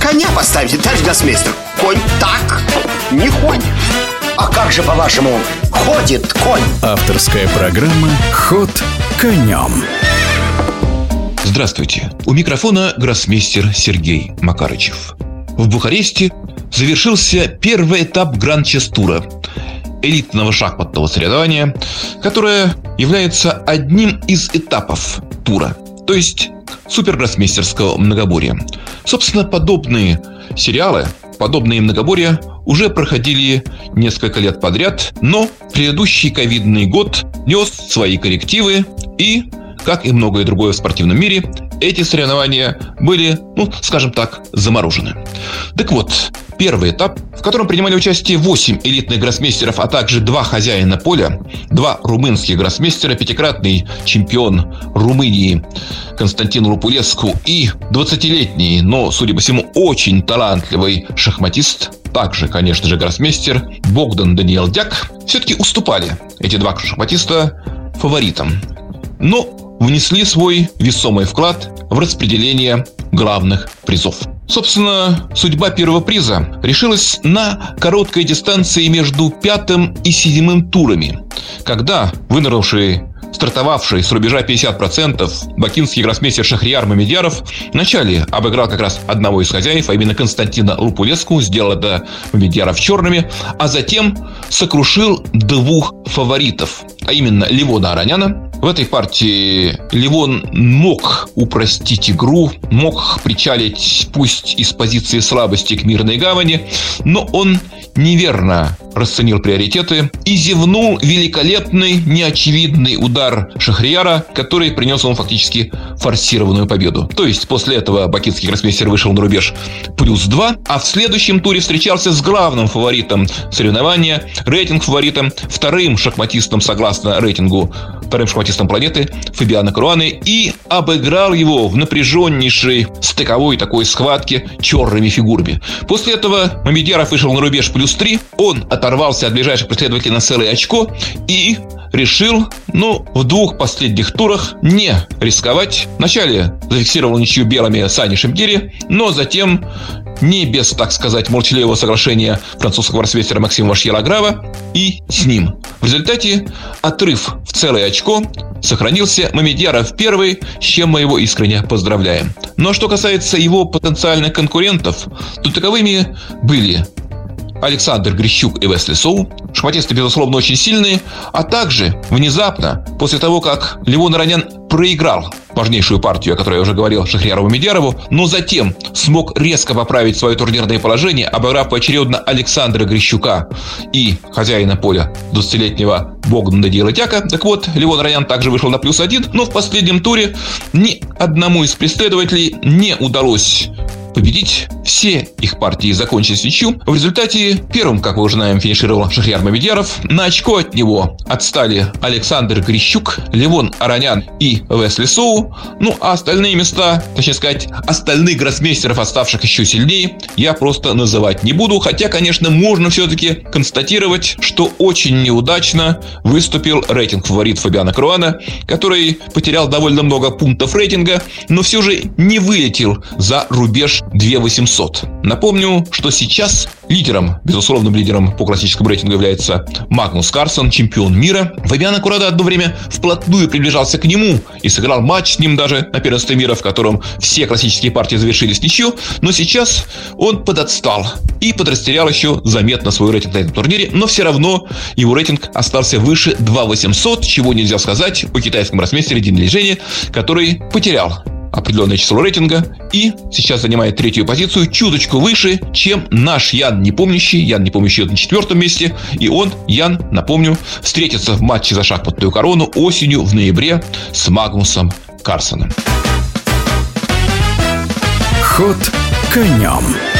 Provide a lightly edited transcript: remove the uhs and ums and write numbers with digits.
коня поставите, товарищ гроссмейстер? Конь так не ходит. А как же, по-вашему, ходит конь? Авторская программа «Ход конем». Здравствуйте. У микрофона гроссмейстер Сергей Макарычев. В Бухаресте завершился первый этап Гран-Чес-тура, элитного шахматного соревнования, которое является одним из этапов тура, то есть супергроссмейстерского многоборья. Собственно, подобные сериалы, подобные многоборья уже проходили несколько лет подряд, но предыдущий ковидный год нес свои коррективы и, как и многое другое в спортивном мире, эти соревнования были, скажем так, заморожены. Так вот, первый этап, в котором принимали участие 8 элитных гроссмейстеров, а также 2 хозяина поля, 2 румынских гроссмейстера, 5-кратный чемпион Румынии Константин Лупулеску и 20-летний, но, судя по всему, очень талантливый шахматист, также, конечно же, гроссмейстер Богдан Даниил Дяк, все-таки уступали эти 2 шахматиста фаворитам, но внесли свой весомый вклад в распределение главных призов. Собственно, судьба первого приза решилась на короткой дистанции между 5-м и 7-м турами, когда стартовавший с рубежа 50% бакинский гроссмейстер Шахрияр Мамедьяров вначале обыграл как раз одного из хозяев, а именно Константина Лупулеску, сделал это Мамедьяров черными, а затем сокрушил 2 фаворитов, а именно Левона Ароняна. В этой партии Левон мог упростить игру, мог причалить пусть из позиции слабости к мирной гавани, но он неверно расценил приоритеты и зевнул великолепный, неочевидный удар Шахрияра, который принес ему фактически форсированную победу. То есть после этого бакинский гроссмейстер вышел на рубеж +2, а в следующем туре встречался с главным фаворитом соревнования, рейтинг-фаворитом, 2-м шахматистом, согласно рейтингу, 2-м шахматистом планеты Фабиано Каруаны, и обыграл его в напряженнейшей стыковой такой схватке черными фигурами. После этого Мамедьяров вышел на рубеж +3, он оторвался от ближайших преследователей на целое очко и решил, в 2 последних турах не рисковать. Вначале зафиксировал ничью белыми Сани Шемгери, но затем, не без, так сказать, молчаливого соглашения французского гроссмейстера Максима Вашье-Лаграва, и с ним. В результате отрыв в целое очко сохранился. Мамедьяров первый, с чем мы его искренне поздравляем. Но что касается его потенциальных конкурентов, то таковыми были Александр Грищук и Весли Соу. Шахматисты, безусловно, очень сильные. А также внезапно, после того, как Левон Аронян проиграл важнейшую партию, о которой я уже говорил, Шахрияру Мамедьярову, но затем смог резко поправить свое турнирное положение, обыграв поочередно Александра Грищука и хозяина поля 20-летнего Богдана Даниила Дяка. Так вот, Левон Аронян также вышел на +1, но в последнем туре ни одному из преследователей не удалось победить. Все их партии закончились ничью. В результате первым, как мы уже знаем, финишировал Шахрияр Мамедьяров. На очко от него отстали Александр Грищук, Левон Аронян и Весли Соу. А остальные места, точнее сказать, остальных гроссмейстеров, отставших еще сильнее, я просто называть не буду. Хотя, конечно, можно все-таки констатировать, что очень неудачно выступил рейтинг-фаворит Фабиано Каруана, который потерял довольно много пунктов рейтинга, но все же не вылетел за рубеж 2800. Напомню, что сейчас безусловным лидером по классическому рейтингу является Магнус Карлсен, чемпион мира. Фабиано Каруана одно время вплотную приближался к нему и сыграл матч с ним даже на первенстве мира, в котором все классические партии завершились ничью. Но сейчас он подотстал и подрастерял еще заметно свой рейтинг на этом турнире, но все равно его рейтинг остался выше 2800, чего нельзя сказать о китайском гроссмейстере Дин Лижене, который потерял определенное число рейтинга и сейчас занимает 3-ю позицию, чуточку выше, чем наш Ян Непомнящий. Ян Непомнящий на 4-м месте. И он, Ян, напомню, встретится в матче за шахматную корону осенью в ноябре с Магнусом Карлсеном. Ход конем.